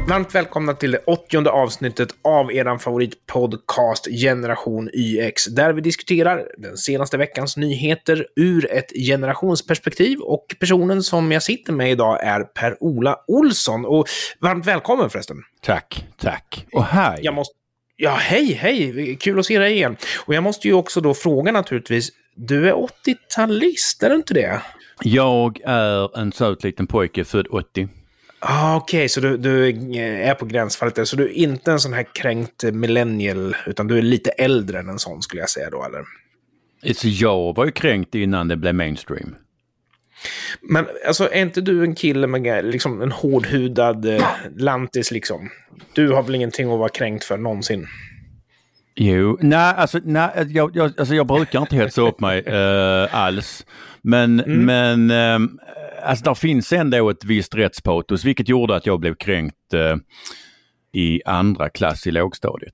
Varmt välkomna till det 80:e avsnittet av eran favoritpodcast Generation YX, där vi diskuterar den senaste veckans nyheter ur ett generationsperspektiv, och personen som jag sitter med idag är Per-Ola Olsson. Och varmt välkommen förresten. Tack. Och hej. Ja, hej. Kul att se dig igen. Och jag måste ju också då fråga naturligtvis, du är 80-talist, är du inte det? Jag är en söt liten pojke, född 80. Okej, så du är på gränsfallet där. Så du är inte en sån här kränkt millennial, utan du är lite äldre än en sån, skulle jag säga då, eller? Så jag var ju kränkt innan det blev mainstream. Men alltså, är inte du en kille med liksom en hårdhudad lantis liksom? Du har väl ingenting att vara kränkt för någonsin? Jo, jag brukar inte hetsa upp mig alls. Men alltså där finns ändå ett visst rättspatos, vilket gjorde att jag blev kränkt i andra klass i lågstadiet.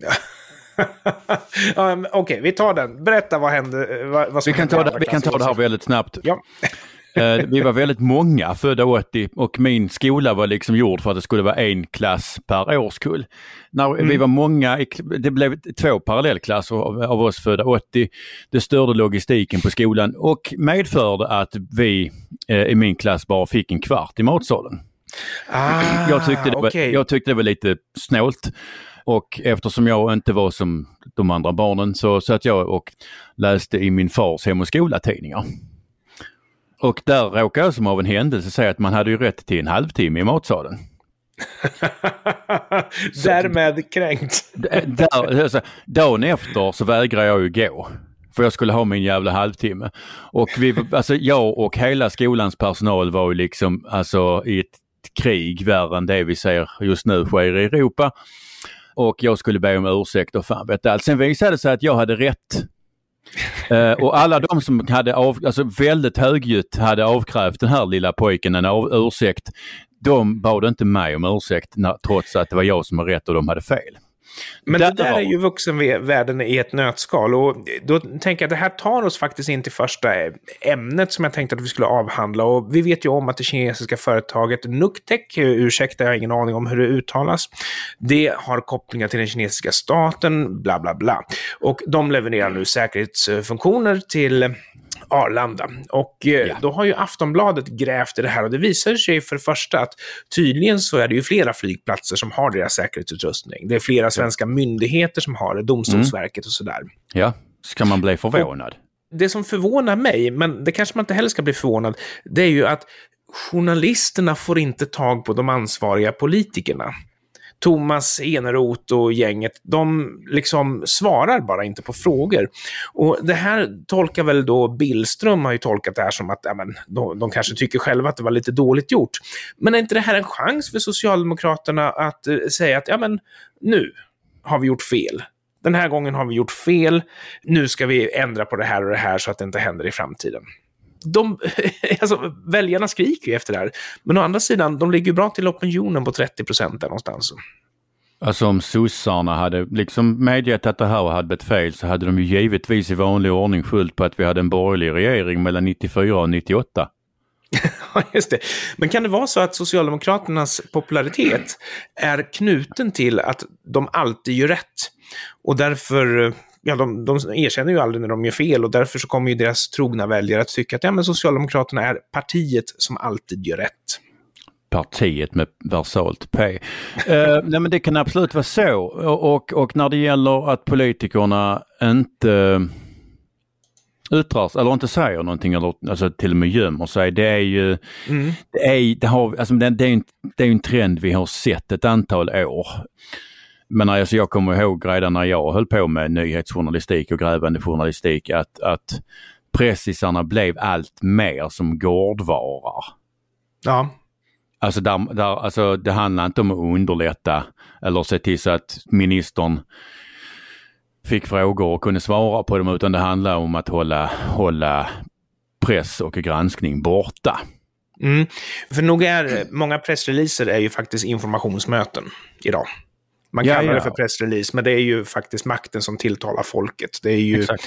Okej, vi tar den. Berätta vad hände. Vi kan ta det här väldigt snabbt. Ja. Vi var väldigt många födda 80 och min skola var liksom gjord för att det skulle vara en klass per årskull. När vi var många, det blev 2 parallellklasser av oss födda 80. Det störde logistiken på skolan och medförde att vi i min klass bara fick en kvart i matsalen. Jag tyckte det var lite snålt. Och eftersom jag inte var som de andra barnen så satt jag och läste i min fars hem- och skolatidningar. Och där råkade jag som av en händelse säga att man hade ju rätt till en halvtimme i matsalen. Därmed kränkt. Dagen efter så vägrade jag ju gå. För jag skulle ha min jävla halvtimme. Och jag och hela skolans personal var ju liksom i ett krig värre än det vi ser just nu sker i Europa. Och jag skulle be om ursäkt och fan vet allt. Sen visade det sig att jag hade rätt. Och alla de som hade väldigt högljutt hade avkrävt den här lilla pojken en ursäkt, de bad inte mig om ursäkt trots att det var jag som hade rätt och de hade fel. Men det där är ju vuxenvärlden i ett nötskal, och då tänker jag att det här tar oss faktiskt in till första ämnet som jag tänkte att vi skulle avhandla. Och vi vet ju om att det kinesiska företaget Nuktek, ursäkta jag har ingen aning om hur det uttalas, det har kopplingar till den kinesiska staten, bla bla bla. Och de levererar nu säkerhetsfunktioner till Arlanda. Och då har ju Aftonbladet grävt i det här, och det visar sig för det första att tydligen så är det ju flera flygplatser som har deras säkerhetsutrustning. Det är flera svenska myndigheter som har det, Domstolsverket och sådär. Ja, ska man bli förvånad? Och det som förvånar mig, men det kanske man inte heller ska bli förvånad, det är ju att journalisterna får inte tag på de ansvariga politikerna. Thomas Eneroth och gänget, de liksom svarar bara inte på frågor. Och det här tolkar väl då Billström, har ju tolkat det här som att de kanske tycker själva att det var lite dåligt gjort. Men är inte det här en chans för Socialdemokraterna att säga att nu har vi gjort fel. Den här gången har vi gjort fel. Nu ska vi ändra på det här och det här så att det inte händer i framtiden. Väljarna skriker ju efter det här. Men å andra sidan, de ligger ju bra till opinionen på 30% där någonstans. Alltså om sossarna hade liksom medgett att det här hade blivit fel, så hade de ju givetvis i vanlig ordning skyllt på att vi hade en borgerlig regering mellan 94 och 98. Ja, just det. Men kan det vara så att Socialdemokraternas popularitet är knuten till att de alltid gör rätt? Och därför... de erkänner ju aldrig när de gör fel, och därför så kommer ju deras trogna väljare att tycka att Socialdemokraterna är partiet som alltid gör rätt. Partiet med versalt P. Nej, men det kan absolut vara så. Och när det gäller att politikerna inte yttras eller inte säger någonting eller till och med gömmer sig, det är ju det är en trend vi har sett ett antal år. Men jag kommer ihåg redan när jag höll på med nyhetsjournalistik och grävande journalistik att pressisarna blev allt mer som gårdvarar. Ja. Alltså det handlar inte om att underlätta eller se till så att ministern fick frågor och kunde svara på dem, utan det handlar om att hålla press och granskning borta. För nog är många pressreleaser är ju faktiskt informationsmöten idag. Man kallar det för pressrelease, men det är ju faktiskt makten som tilltalar folket. Det är ju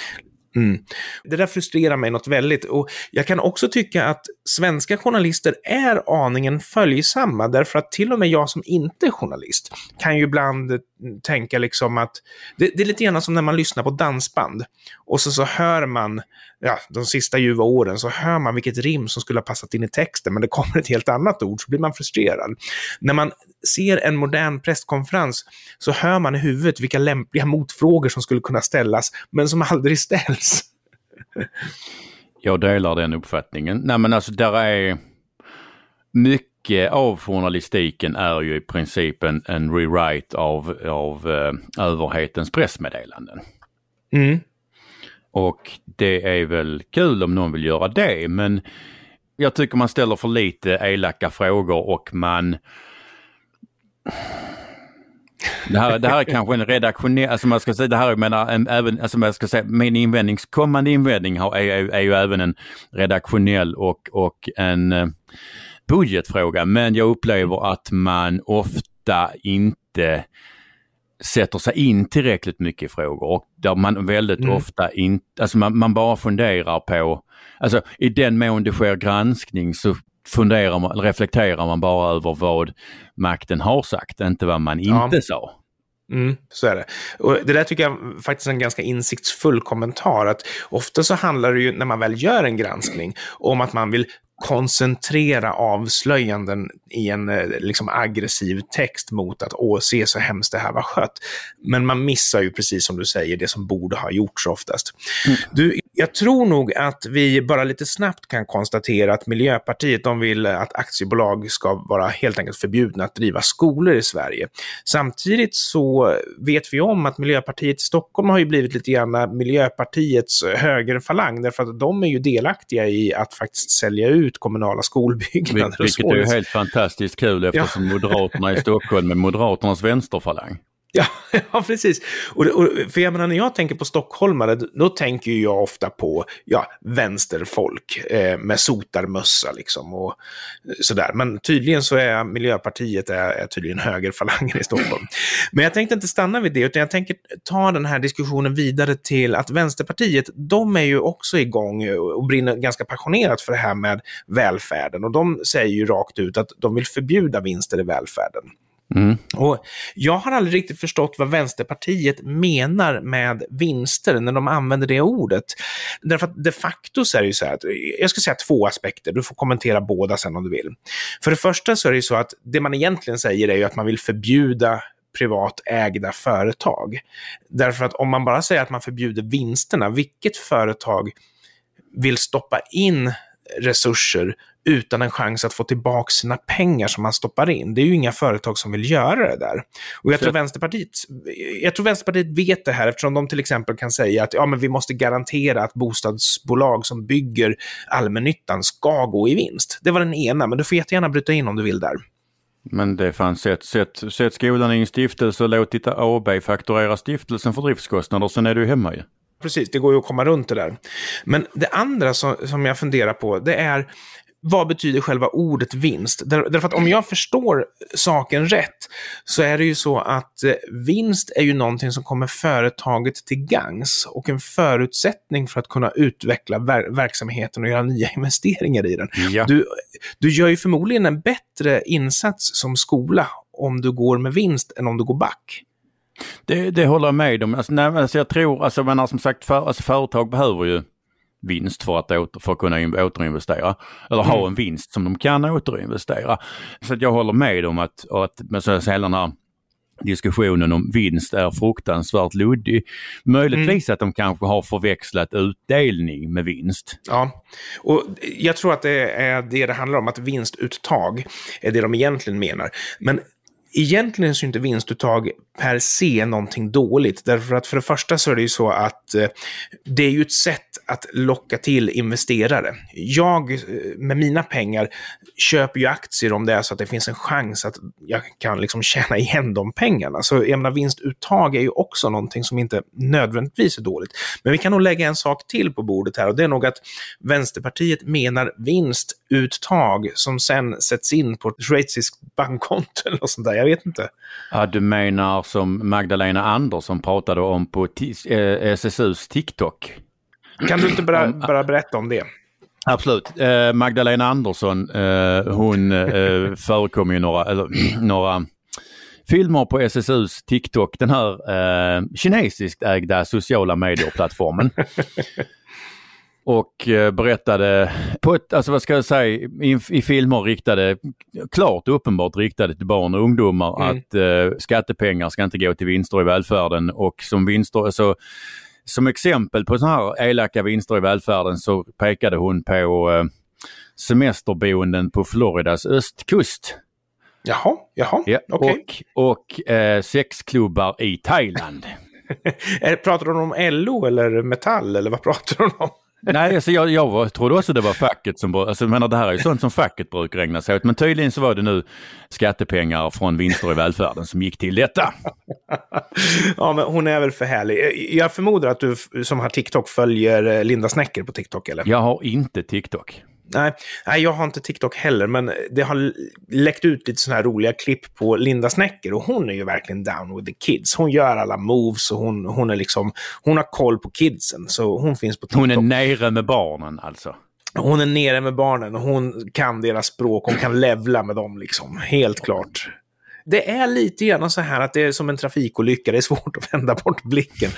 Det där frustrerar mig något väldigt, och jag kan också tycka att svenska journalister är aningen följsamma, därför att till och med jag som inte är journalist kan ju ibland tänka liksom att det är lite grann som när man lyssnar på dansband och så hör man de sista ljuva åren, så hör man vilket rim som skulle ha passat in i texten, men det kommer ett helt annat ord, så blir man frustrerad. När man ser en modern presskonferens så hör man i huvudet vilka lämpliga motfrågor som skulle kunna ställas, men som aldrig ställs. Jag delar den uppfattningen. Nej, men alltså där är mycket av journalistiken är ju i princip en rewrite av överhetens pressmeddelanden. Och det är väl kul om någon vill göra det, men jag tycker man ställer för lite elaka frågor och man... Det här är kanske en redaktionell, alltså man ska säga det här, även, alltså man ska säga min kommande invändning är ju även en redaktionell och en budgetfråga, men jag upplever att man ofta inte sätter sig in tillräckligt mycket i frågor, och där man väldigt ofta inte, alltså man bara funderar på, alltså i den mån det sker granskning så reflekterar man bara över vad makten har sagt, inte vad man inte sa. Så är det. Och det där tycker jag faktiskt är en ganska insiktsfull kommentar, att ofta så handlar det ju, när man väl gör en granskning, om att man vill koncentrera avslöjanden i en liksom aggressiv text mot att se så hemskt det här var skött. Men man missar ju, precis som du säger, det som borde ha gjorts oftast. Jag tror nog att vi bara lite snabbt kan konstatera att Miljöpartiet, de vill att aktiebolag ska vara helt enkelt förbjudna att driva skolor i Sverige. Samtidigt så vet vi om att Miljöpartiet i Stockholm har ju blivit lite grann Miljöpartiets högerfalang, därför att de är ju delaktiga i att faktiskt sälja ut kommunala skolbyggnader. Vilket är ju helt fantastiskt kul, eftersom Moderaterna i Stockholm är Moderaternas vänsterfalang. Ja, precis. Och för jag menar, när jag tänker på stockholmare, då tänker jag ofta på vänsterfolk med sotarmössa liksom och sådär. Men tydligen så är Miljöpartiet är tydligen högerfalangen i Stockholm. Men jag tänkte inte stanna vid det, utan jag tänker ta den här diskussionen vidare till att Vänsterpartiet, de är ju också igång och brinner ganska passionerat för det här med välfärden. Och de säger ju rakt ut att de vill förbjuda vinster i välfärden. Och jag har aldrig riktigt förstått vad Vänsterpartiet menar med vinster när de använder det ordet. Därför att de facto så är det ju så här att, jag ska säga 2 aspekter, du får kommentera båda sen om du vill. För det första så är det ju så att det man egentligen säger är ju att man vill förbjuda privat ägda företag. Därför att om man bara säger att man förbjuder vinsterna, vilket företag vill stoppa in resurser utan en chans att få tillbaka sina pengar som man stoppar in? Det är ju inga företag som vill göra det där. Och jag tror Vänsterpartiet vet det här, eftersom de till exempel kan säga att men vi måste garantera att bostadsbolag som bygger allmännyttan ska gå i vinst. Det var den ena, men du får jättegärna bryta in om du vill där. Men det fanns sett skolan i en stiftelse och låtit AB fakturera stiftelsen för driftskostnader, sen är du hemma ju. Precis, det går ju att komma runt det där. Men det andra som jag funderar på, det är vad betyder själva ordet vinst? Därför att om jag förstår saken rätt så är det ju så att vinst är ju någonting som kommer företaget till gangs och en förutsättning för att kunna utveckla verksamheten och göra nya investeringar i den. Ja. Du gör ju förmodligen en bättre insats som skola om du går med vinst än om du går back. Det håller jag med om. Alltså, jag tror, men som sagt, företag behöver ju vinst för att kunna återinvestera. Eller ha en vinst som de kan återinvestera. Så att jag håller med om att men så hela den här diskussionen om vinst är fruktansvärt luddig. Möjligtvis att de kanske har förväxlat utdelning med vinst. Ja, och jag tror att det är det handlar om, att vinstuttag är det de egentligen menar. Men egentligen så är inte vinstuttag per se någonting dåligt, därför att för det första så är det ju så att det är ju ett sätt att locka till investerare. Jag med mina pengar köper ju aktier om det är så att det finns en chans att jag kan liksom tjäna igen de pengarna. Så jag menar, vinstuttag är ju också någonting som inte nödvändigtvis är dåligt. Men vi kan nog lägga en sak till på bordet här, och det är nog att Vänsterpartiet menar vinstuttag som sen sätts in på ett schweiziskt bankkonto eller sånt där. Jag vet inte. Ja, du menar som Magdalena Andersson pratade om på SSUs TikTok? Kan du inte bara berätta om det? Absolut. Magdalena Andersson, hon förekom ju några filmer på SSUs TikTok, den här kinesiskt ägda sociala medieplattformen. Och berättade på ett, alltså vad ska jag säga, i filmer riktade, klart och uppenbart riktade till barn och ungdomar att skattepengar ska inte gå till vinster i välfärden, och som vinster, alltså, som exempel på sådana här elaka vinster i välfärden så pekade hon på semesterboenden på Floridas östkust. Jaha, ja, okej. Och sexklubbar i Thailand. Pratar de om LO eller Metall eller vad pratar de om? Nej, alltså jag trodde också det var facket som... Alltså, det här är ju sånt som facket brukar ägna sig åt. Men tydligen så var det nu skattepengar från vinster i välfärden som gick till detta. Ja, men hon är väl för härlig. Jag förmodar att du som har TikTok följer Linda Snäcker på TikTok, eller? Jag har inte TikTok. Nej, jag har inte TikTok heller, men det har läckt ut lite såna här roliga klipp på Linda Snäcker, och hon är ju verkligen down with the kids. Hon gör alla moves och hon är liksom, hon har koll på kidsen, så hon finns på TikTok. Hon är nere med barnen alltså. Hon är nere med barnen och hon kan deras språk, hon kan levla med dem liksom, helt klart. Det är lite grann så här att det är som en trafikolycka, det är svårt att vända bort blicken.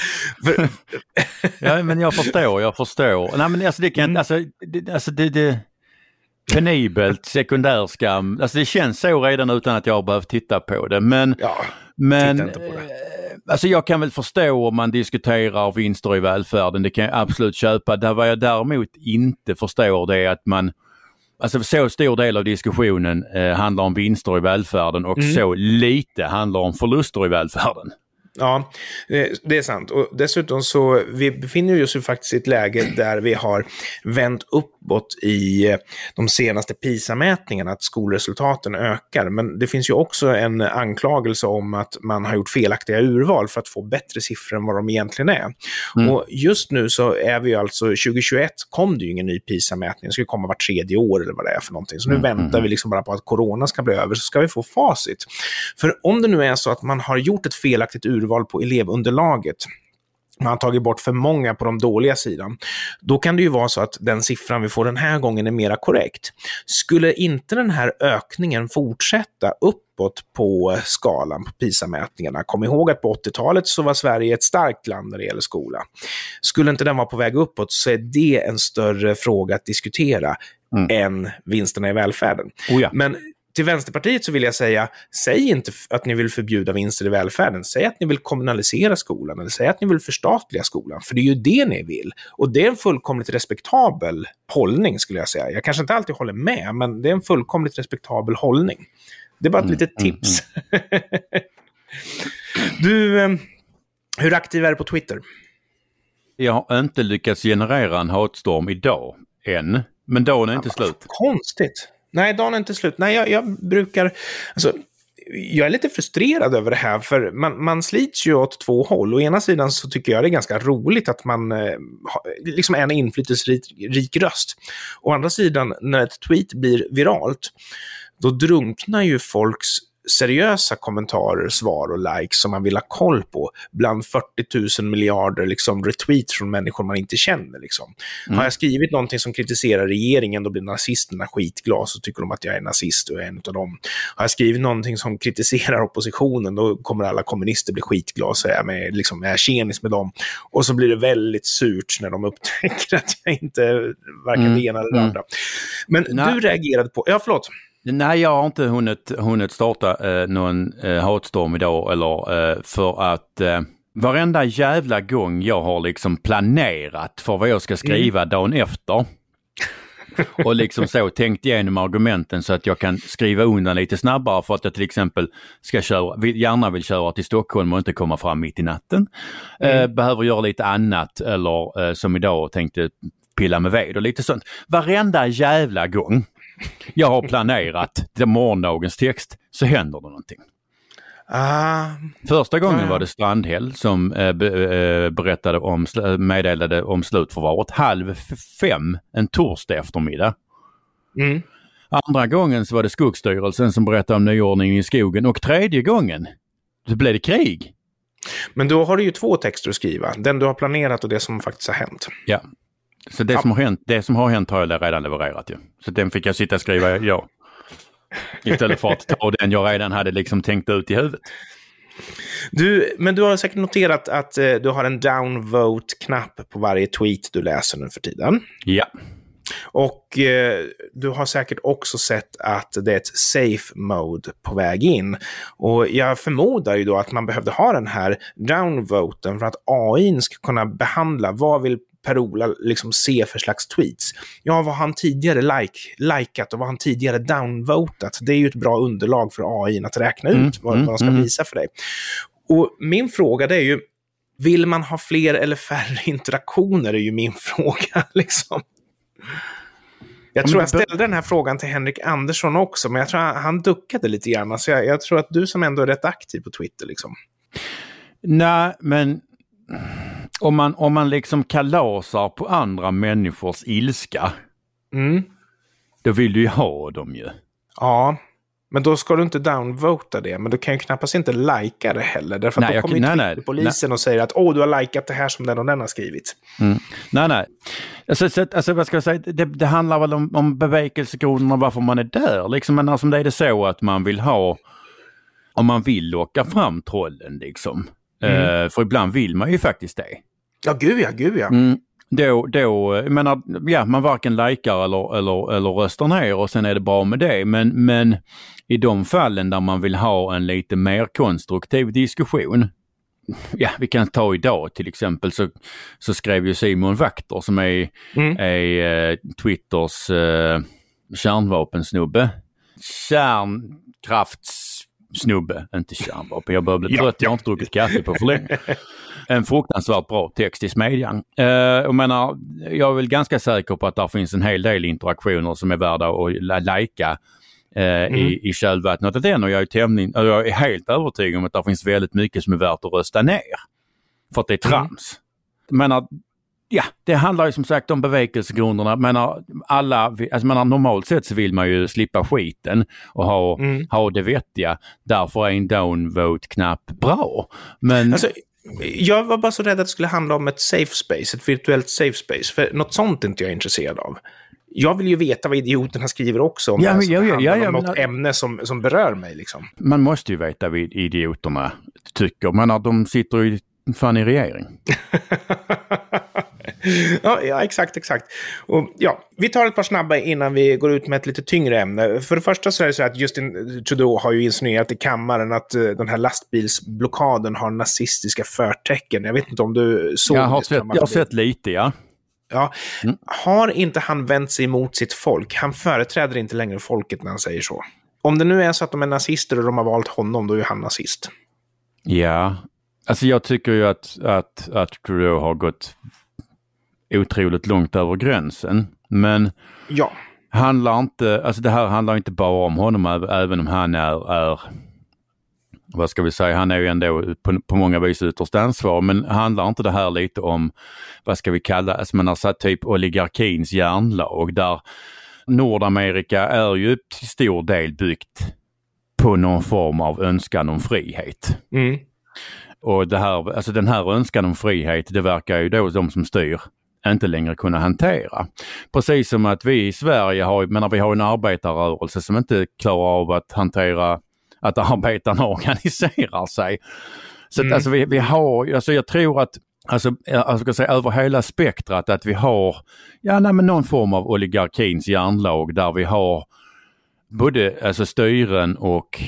Ja, men jag förstår. Nej, men alltså det kan det penibelt sekundärskam. Alltså det känns så redan utan att jag har behövt titta på det, men titta inte på det. Alltså jag kan väl förstå om man diskuterar vinster i välfärden, det kan jag absolut köpa. Där vad jag däremot inte förstår, det är att man, alltså så stor del av diskussionen handlar om vinster i välfärden och så lite handlar om förluster i välfärden. Ja, det är sant. Och dessutom så vi befinner oss ju faktiskt i ett läge där vi har vänt uppåt i de senaste PISA-mätningarna, att skolresultaten ökar. Men det finns ju också en anklagelse om att man har gjort felaktiga urval för att få bättre siffror än vad de egentligen är. Och just nu så är vi alltså, 2021 kom det ju ingen ny PISA-mätning. Det ska komma var 3:e år eller vad det är för någonting. Så nu väntar vi liksom bara på att corona ska bli över, så ska vi få facit. För om det nu är så att man har gjort ett felaktigt urval på elevunderlaget, man har tagit bort för många på de dåliga sidan, då kan det ju vara så att den siffran vi får den här gången är mera korrekt. Skulle inte den här ökningen fortsätta uppåt på skalan på PISA-mätningarna, kom ihåg att på 80-talet så var Sverige ett starkt land när det gäller skola. Skulle inte den vara på väg uppåt, så är det en större fråga att diskutera än vinsterna i välfärden. Men till Vänsterpartiet så vill jag säga, säg inte att ni vill förbjuda vinster i välfärden. Säg att ni vill kommunalisera skolan, eller säg att ni vill förstatliga skolan. För det är ju det ni vill. Och det är en fullkomligt respektabel hållning, skulle jag säga. Jag kanske inte alltid håller med, men det är en fullkomligt respektabel hållning. Det är bara ett litet tips. Du, hur aktiv är du på Twitter? Jag har inte lyckats generera en hatstorm idag än, men dagen är inte slut. Konstigt. Nej, dagen är inte slut. Nej, jag brukar... Alltså, jag är lite frustrerad över det här, för man slits ju åt två håll. Å ena sidan så tycker jag det är ganska roligt att man liksom är en inflytelserik röst. Å andra sidan, när ett tweet blir viralt, då drunknar ju folks seriösa kommentarer, svar och likes som man vill ha koll på bland 40 000 miljarder liksom retweets från människor man inte känner liksom. Har jag skrivit någonting som kritiserar regeringen, då blir nazisterna skitglada, så tycker de att jag är nazist och är en av dem. Har jag skrivit någonting som kritiserar oppositionen, då kommer alla kommunister bli skitglada, så är jag tjenis med dem, och så blir det väldigt surt när de upptäcker att jag inte varken det ena eller det andra. Men du reagerade på, förlåt. Nej, jag har inte hunnit starta någon hatstorm idag, eller för att varenda jävla gång jag har liksom planerat för vad jag ska skriva dagen efter och liksom så tänkt igenom argumenten så att jag kan skriva undan lite snabbare, för att jag till exempel gärna vill köra till Stockholm och inte komma fram mitt i natten. Behöver göra lite annat, eller som idag tänkte pilla med ved och lite sånt. Varenda jävla gång jag har planerat morgondagens text så händer det någonting. Första gången var det Strandhäll som meddelade om slutförvaret 4:30 en torsdag eftermiddag. Andra gången så var det Skogsstyrelsen som berättade om nyordningen i skogen, och tredje gången så blev det krig. Men då har du ju två texter att skriva. Den du har planerat och det som faktiskt har hänt. Ja. Så det som har hänt har jag redan levererat ju. Så den fick jag sitta och skriva ja. Istället för att ta den jag redan hade liksom tänkt ut i huvudet. Men du har säkert noterat att du har en downvote-knapp på varje tweet du läser nu för tiden. Ja. Och du har säkert också sett att det är ett safe mode på väg in. Och jag förmodar ju då att man behövde ha den här downvoten för att AI ska kunna behandla vad vill Per-Ola liksom se för slags tweets. Ja, vad han tidigare likat och vad han tidigare downvotat. Det är ju ett bra underlag för AI att räkna ut vad de ska visa för dig. Och min fråga det är ju, vill man ha fler eller färre interaktioner är ju min fråga liksom. Jag tror jag ställde den här frågan till Henrik Andersson också, men jag tror han duckade lite grann. Så jag tror att du som ändå är rätt aktiv på Twitter liksom. Nej, men om man liksom kalasar på andra människors ilska, då vill du ju ha dem ju. Ja, men då ska du inte downvota det. Men du kan ju knappast inte lika det heller. Därför att då kommer ju polisen och säger att du har likat det här som den och den har skrivit. Nej. Alltså vad ska jag säga? Det handlar väl om bevekelsegrunderna varför man är där. Liksom, men alltså, det är det så att man vill ha, om man vill locka fram trollen liksom. För ibland vill man ju faktiskt det. Ja, gud ja. Då menar, ja, man varken likar eller röstar ner och sen är det bra med det. Men i de fallen där man vill ha en lite mer konstruktiv diskussion, ja, vi kan ta idag till exempel, så skrev ju Simon Wachter som är Twitters kärnvapensnubbe. Kärnkraftssnubbe, inte kärnvapen. Jag börjar bli trött, jag har inte druckit kaffe på för länge. En fruktansvärt bra text i Smedjan. Jag menar, jag är väl ganska säker på att där finns en hel del interaktioner som är värda att lajka i kölvattnet. Och jag är helt övertygad om att det finns väldigt mycket som är värt att rösta ner. För att det är trams. Men ja, det handlar ju som sagt om bevekelsegrunderna. Men normalt sett så vill man ju slippa skiten och ha det vettiga. Därför är en downvote-knapp bra. Men alltså, jag var bara så rädd att det skulle handla om ett safe space, ett virtuellt safe space. För något sånt är inte jag intresserad av. Jag vill ju veta vad idioterna skriver också om något ämne som berör mig. Liksom. Man måste ju veta vad idioterna tycker. Men att de sitter ju fan i regering. Ja, exakt. Och ja, vi tar ett par snabba innan vi går ut med ett lite tyngre ämne. För det första så är det så att Justin Trudeau har ju insinuerat i kammaren att den här lastbilsblockaden har nazistiska förtecken. Jag vet inte om du såg jag har sett lite, ja. Ja, har inte han vänt sig emot sitt folk? Han företräder inte längre folket när han säger så. Om det nu är så att de är nazister och de har valt honom, då är han nazist. Ja, alltså jag tycker ju att Trudeau har gått otroligt långt över gränsen. Men ja. Det här handlar inte bara om honom, även om han är vad ska vi säga, han är ju ändå på många vis ytterst ansvar, men handlar inte det här lite om, vad ska vi kalla, alltså man har satt typ oligarkins järnlag, där Nordamerika är ju till stor del byggt på någon form av önskan om frihet. Och det här, alltså den här önskan om frihet, det verkar ju då de som styr inte längre kunna hantera. Precis som att vi i Sverige vi har en arbetarrörelse som inte klarar av att hantera att arbetarna organiserar sig. Så att, alltså vi har, alltså jag tror att jag ska säga över hela spektrat att vi har någon form av oligarkins järnlag där vi har både alltså styren och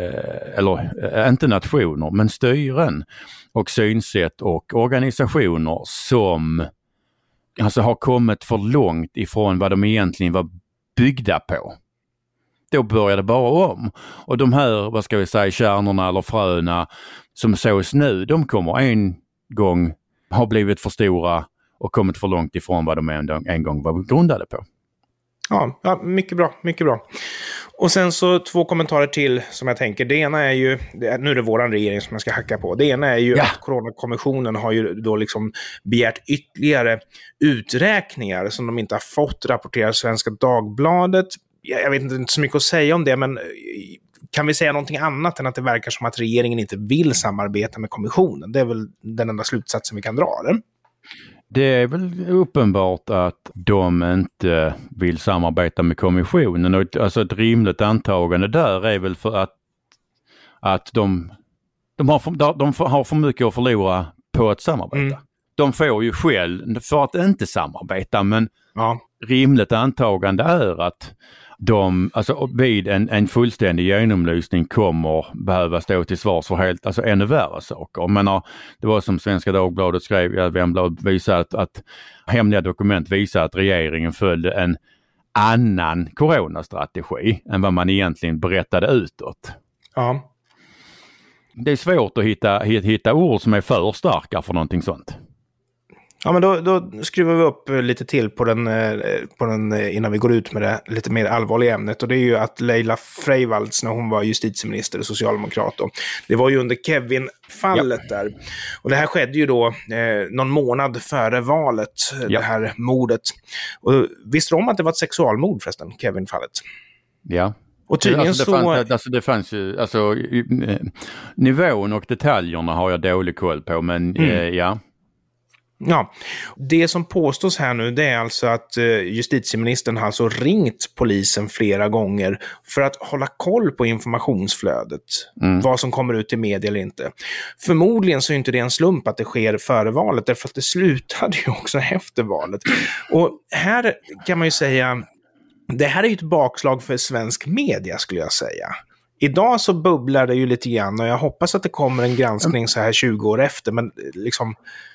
eller inte nationer, men styren och synsätt och organisationer som alltså har kommit för långt ifrån vad de egentligen var byggda på. Då börjar det bara om. Och de här, vad ska vi säga, kärnorna eller fröna som sås nu, de kommer en gång ha blivit för stora och kommit för långt ifrån vad de en gång var grundade på. Ja, mycket bra. Och sen så 2 kommentarer till som jag tänker. Det ena är ju, nu är det våran regering som jag ska hacka på. Det ena är ju att Coronakommissionen har ju då liksom begärt ytterligare uträkningar som de inte har fått, rapportera Svenska Dagbladet. Jag vet inte så mycket att säga om det, men kan vi säga någonting annat än att det verkar som att regeringen inte vill samarbeta med kommissionen? Det är väl den enda slutsatsen vi kan dra, eller? Det är väl uppenbart att de inte vill samarbeta med kommissionen. Och alltså ett rimligt antagande där är väl för att de har för mycket att förlora på att samarbeta. De får ju skäll för att inte samarbeta, men rimligt antagande är att de, alltså vid en fullständig genomlysning kommer behöva stå till svars för helt, alltså ännu värre saker. Men det var som Svenska Dagbladet skrev, Wemblad visar att hemliga dokument visar att regeringen följde en annan coronastrategi än vad man egentligen berättade utåt. Ja. Det är svårt att hitta ord som är för starka för någonting sånt. Ja, men då skruvar vi upp lite till på den innan vi går ut med det lite mer allvarliga ämnet. Och det är ju att Laila Freivalds, när hon var justitieminister och socialdemokrat då, det var ju under Kevin-fallet där. Och det här skedde ju då någon månad före valet, det här mordet. Och visste du om att det var ett sexualmord förresten, Kevin-fallet? Ja. Och tydligen det fanns ju, nivån och detaljerna har jag dålig koll på, men ja. Ja, det som påstås här nu, det är alltså att justitieministern har alltså ringt polisen flera gånger för att hålla koll på informationsflödet. Vad som kommer ut i media eller inte. Förmodligen så är inte det en slump att det sker före valet, därför att det slutade ju också efter valet. Och här kan man ju säga, det här är ju ett bakslag för svensk media skulle jag säga. Idag så bubblar det ju lite grann och jag hoppas att det kommer en granskning så här 20 år efter, men liksom...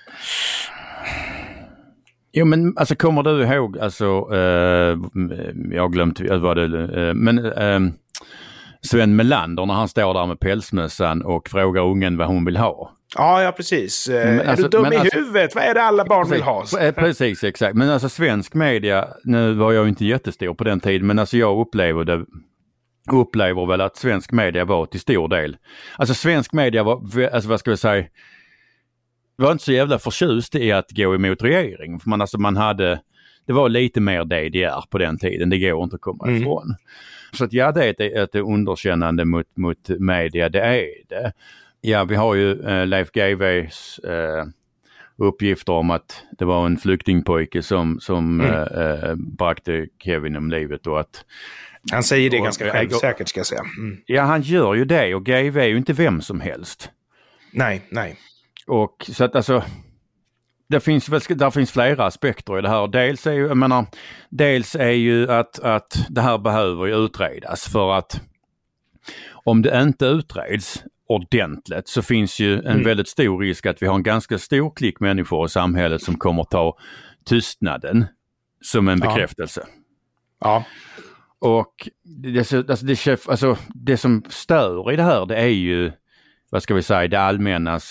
Jo, men alltså kommer du ihåg, alltså jag har glömt vad det men Sven Melander när han står där med pälsmössan och frågar ungen vad hon vill ha. Ja, precis. Är du dum i huvudet? Vad är det alla barn vill ha? Precis, exakt. Men alltså svensk media, nu var jag inte jättestor på den tiden, men alltså jag upplever väl att svensk media var till stor del. Alltså svensk media var, alltså vad ska vi säga, var inte så jävla förtjust i att gå emot regering. För man hade, det var lite mer DDR på den tiden. Det går inte att komma ifrån. Så att ja, det är ett underkännande mot media. Det är det. Ja, vi har ju Leif GW:s uppgifter om att det var en flyktingpojke som brakte Kevin om livet och att han säger det ganska självsäkert ska jag säga. Ja, han gör ju det och GW är ju inte vem som helst. Nej. Och så att alltså där finns flera aspekter i det här. Dels är ju att det här behöver ju utredas, för att om det inte utreds ordentligt så finns ju en väldigt stor risk att vi har en ganska stor klick människor i samhället som kommer ta tystnaden som en bekräftelse. Ja. Och det som stör i det här, det är ju, vad ska vi säga, det allmännas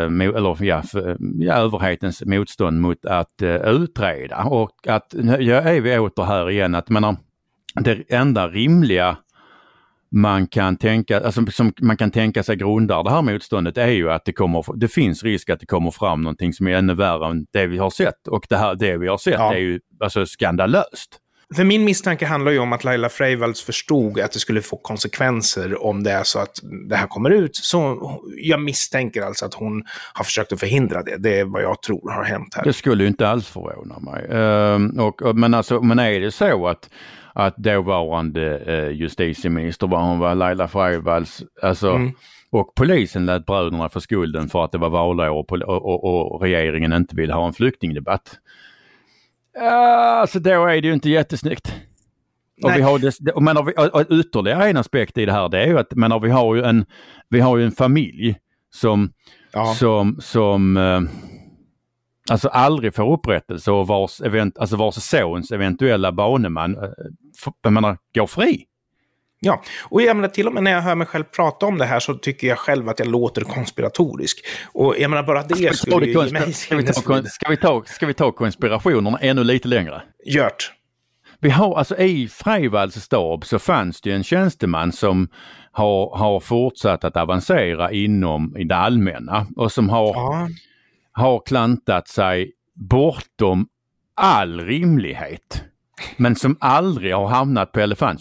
överhetens motstånd mot att utreda. Och att är vi åter här igen att det enda rimliga man kan tänka, alltså som man kan tänka sig grundar det här motståndet är ju att det finns risk att det kommer fram någonting som är ännu värre än det vi har sett. Och det vi har sett är ju alltså skandalöst. För min misstanke handlar ju om att Laila Freivalds förstod att det skulle få konsekvenser om det är så att det här kommer ut. Så jag misstänker alltså att hon har försökt att förhindra det. Det är vad jag tror har hänt här. Det skulle ju inte alls förvåna mig. Men är det så att dåvarande justitieminister, vad hon var, Laila Freivalds, och polisen lät bröderna få skulden för att det var valår och regeringen inte ville ha en flyktingdebatt. Alltså då är det ju inte jättesnyggt. Och vi har ytterligare en aspekt i det här, det är ju att vi har ju en familj som alltså aldrig får upprättelse och vars sons eventuella baneman går fri. Ja, och jag menar, till och med när jag hör mig själv prata om det här så tycker jag själv att jag låter konspiratorisk. Och jag menar, bara det skulle ju ge mig... Ska vi ta konspirationerna ännu lite längre? Gjort. Vi har, alltså i Freivalds stab så fanns det ju en tjänsteman som har fortsatt att avancera i det allmänna och som har klantat sig bortom all rimlighet, men som aldrig har hamnat på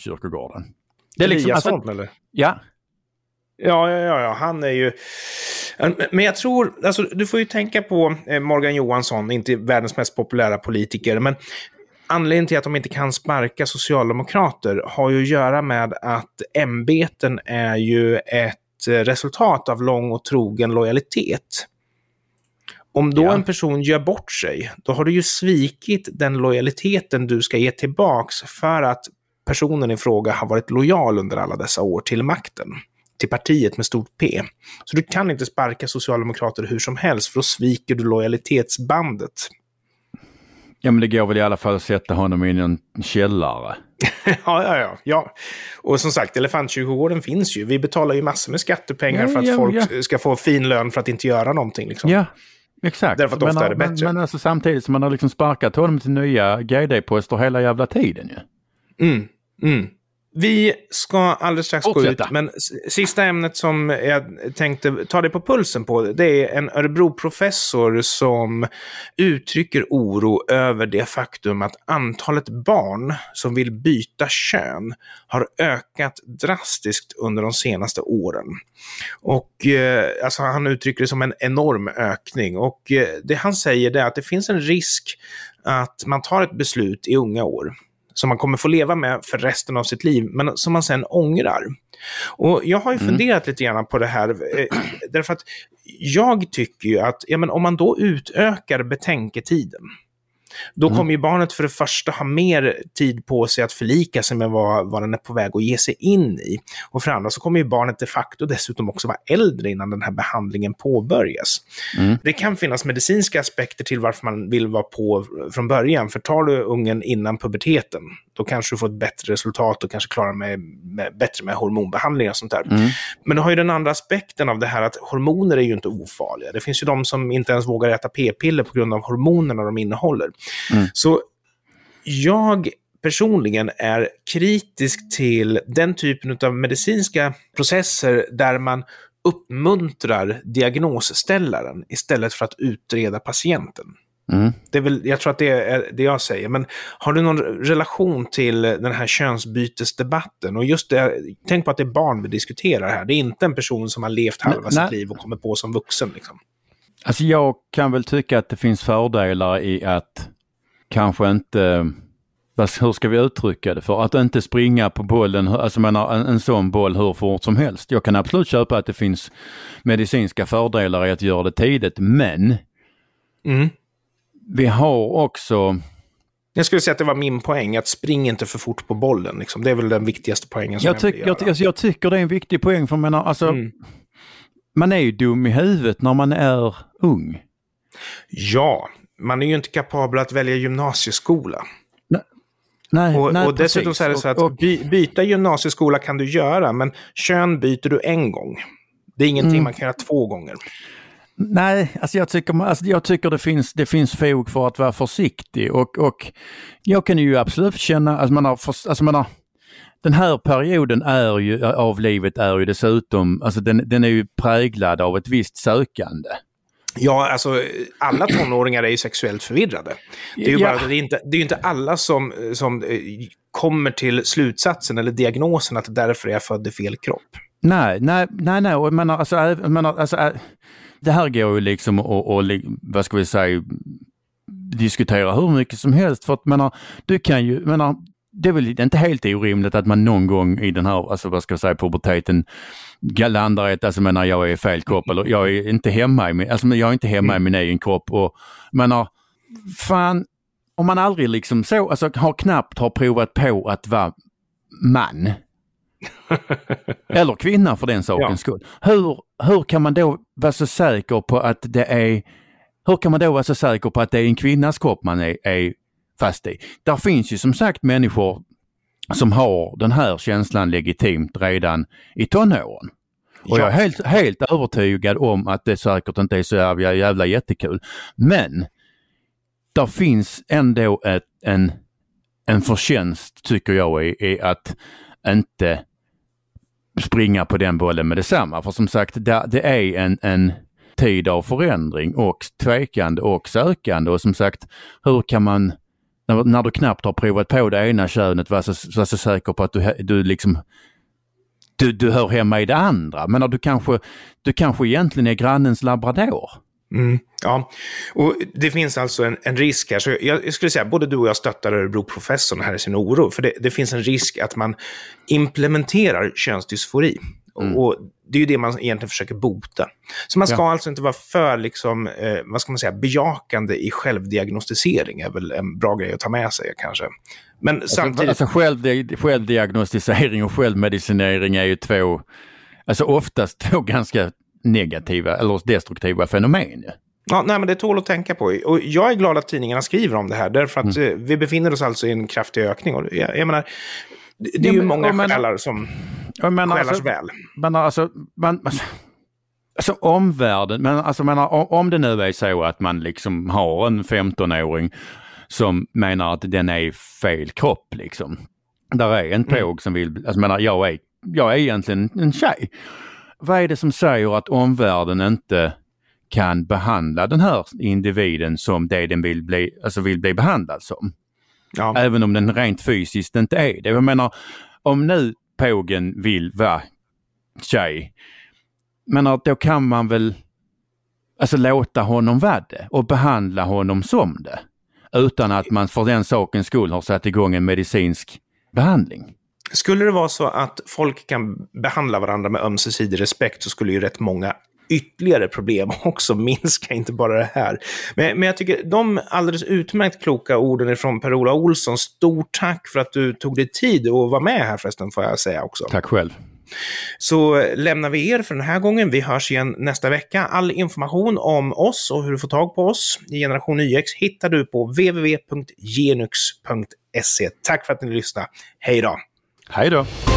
Elefantkyrkogården. Det är liksom, Eliasson, eller? Ja. Ja, han är ju... Men jag tror, alltså, du får ju tänka på Morgan Johansson, inte världens mest populära politiker, men anledningen till att de inte kan sparka socialdemokrater har ju att göra med att ämbeten är ju ett resultat av lång och trogen lojalitet. Om då en person gör bort sig, då har du ju svikit den lojaliteten du ska ge tillbaks för att personen i fråga har varit lojal under alla dessa år till makten, till partiet med stort P. Så du kan inte sparka socialdemokrater hur som helst, för då sviker du lojalitetsbandet. Ja, men det går väl i alla fall att sätta honom i en källare. Ja. Och som sagt, elefanttjurgården finns ju. Vi betalar ju massor med skattepengar för att folk ska få fin lön för att inte göra någonting. Liksom. Ja, exakt. Därför att ofta är det bättre. Men alltså, samtidigt som man har liksom sparkat honom till nya GD-poster hela jävla tiden ju. Vi ska alldeles strax gå ut, men sista ämnet som jag tänkte ta dig på pulsen på, det är en Örebro-professor som uttrycker oro över det faktum att antalet barn som vill byta kön har ökat drastiskt under de senaste åren. Och alltså, han uttrycker det som en enorm ökning, och det han säger är att det finns en risk att man tar ett beslut i unga år som man kommer få leva med för resten av sitt liv, men som man sen ångrar. Och jag har ju funderat lite grann på det här, därför att jag tycker ju att om man då utökar betänketiden, då kommer ju barnet för det första ha mer tid på sig att förlika sig med vad den är på väg att ge sig in i. Och för andra så kommer ju barnet de facto dessutom också vara äldre innan den här behandlingen påbörjas. Det kan finnas medicinska aspekter till varför man vill vara på från början. För tar du ungen innan puberteten, då kanske du får ett bättre resultat och kanske klarar bättre med hormonbehandling och sånt där. Men du har ju den andra aspekten av det här att hormoner är ju inte ofarliga. Det finns ju de som inte ens vågar äta p-piller på grund av hormonerna de innehåller. Så jag personligen är kritisk till den typen av medicinska processer där man uppmuntrar diagnosställaren istället för att utreda patienten. Det är väl, jag tror att det är det jag säger. Men har du någon relation till den här könsbytesdebatten? Och just det, tänk på att det är barn vi diskuterar här. Det är inte en person som har levt halva sitt liv och kommer på som vuxen. Liksom. Alltså jag kan väl tycka att det finns fördelar i att kanske inte, hur ska vi uttrycka det, för att inte springa på bollen, alltså en sån boll hur fort som helst. Jag kan absolut köpa att det finns medicinska fördelar i att göra det tidigt, men vi har också... Jag skulle säga att det var min poäng, att springa inte för fort på bollen. Liksom. Det är väl den viktigaste poängen som jag tycker det är en viktig poäng, för man är ju dum i huvudet när man är ung. Ja, man är ju inte kapabel att välja gymnasieskola. Nej, och dessutom så är det så att byta gymnasieskola kan du göra, men kön byter du en gång. Det är ingenting man kan göra 2 gånger. Nej, alltså jag tycker det finns fog för att vara försiktig, och jag kan ju absolut känna den här perioden av livet är ju dessutom, alltså den är ju präglad av ett visst sökande. Ja, alltså alla tonåringar är ju sexuellt förvirrade. Det är ju bara det är inte alla som kommer till slutsatsen eller diagnosen att därför är jag född i fel kropp. Nej. Och det här går ju liksom och vad ska vi säga, diskutera hur mycket som helst, för att du kan ju, det är väl inte helt orimligt att man någon gång i den här, alltså vad ska jag säga, puberteten landar i att jag är fel kropp, eller jag är inte hemma i min egen kropp, och fan, om man aldrig liksom så, alltså knappt har provat på att vara man eller kvinna för den sakens skull. Hur kan man då vara så säker på att det är en kvinnas kropp man är fast i? Där finns ju som sagt människor som har den här känslan legitimt redan i tonåren. Och jag är helt övertygad om att det säkert inte är så jävla jättekul. Men där finns ändå en förtjänst, tycker jag, i att inte springa på den bollen med detsamma. För som sagt, det är en tid av förändring och tvekande och sökande. Och som sagt, hur kan man, när du knappt har provat på det ena könet, vara så säker på att du liksom du hör hemma i det andra. Men du kanske egentligen är grannens labrador. Ja, och det finns alltså en risk här. Så jag skulle säga både du och jag stöttar Örebro-professorn här i sin oro. För det finns en risk att man implementerar könsdysfori. Och det är ju det man egentligen försöker bota. Så man ska alltså inte vara för vad ska man säga, bejakande i självdiagnostisering är väl en bra grej att ta med sig kanske. Men samtidigt... självdiagnostisering och självmedicinering är ju oftast två ganska negativa eller destruktiva fenomen. Ja, nej, men det tål att tänka på. Och jag är glad att tidningarna skriver om det här. Därför att vi befinner oss alltså i en kraftig ökning. Och jag menar, det är ju många själar som själars väl. Omvärlden, om det nu är så att man liksom har en 15-åring som menar att den är i fel kropp liksom. Där är en påg som vill, jag är egentligen en tjej. Vad är det som säger att omvärlden inte kan behandla den här individen som det den vill bli behandlad som? Ja. Även om den rent fysiskt inte är det. Jag menar, om nu pågen vill vara tjej, men då kan man väl låta honom vara det och behandla honom som det. Utan att man för den sakens skull har satt igång en medicinsk behandling. Skulle det vara så att folk kan behandla varandra med ömsesidig respekt så skulle ju rätt många ytterligare problem också minska, inte bara det här. Men jag tycker de alldeles utmärkt kloka orden från Per-Ola Olsson. Stort tack för att du tog dig tid att vara med här förresten, får jag säga också. Tack själv. Så lämnar vi er för den här gången. Vi hörs igen nästa vecka. All information om oss och hur du får tag på oss i Generation YX hittar du på www.genux.se. Tack för att ni lyssnade. Hej då! Hej då!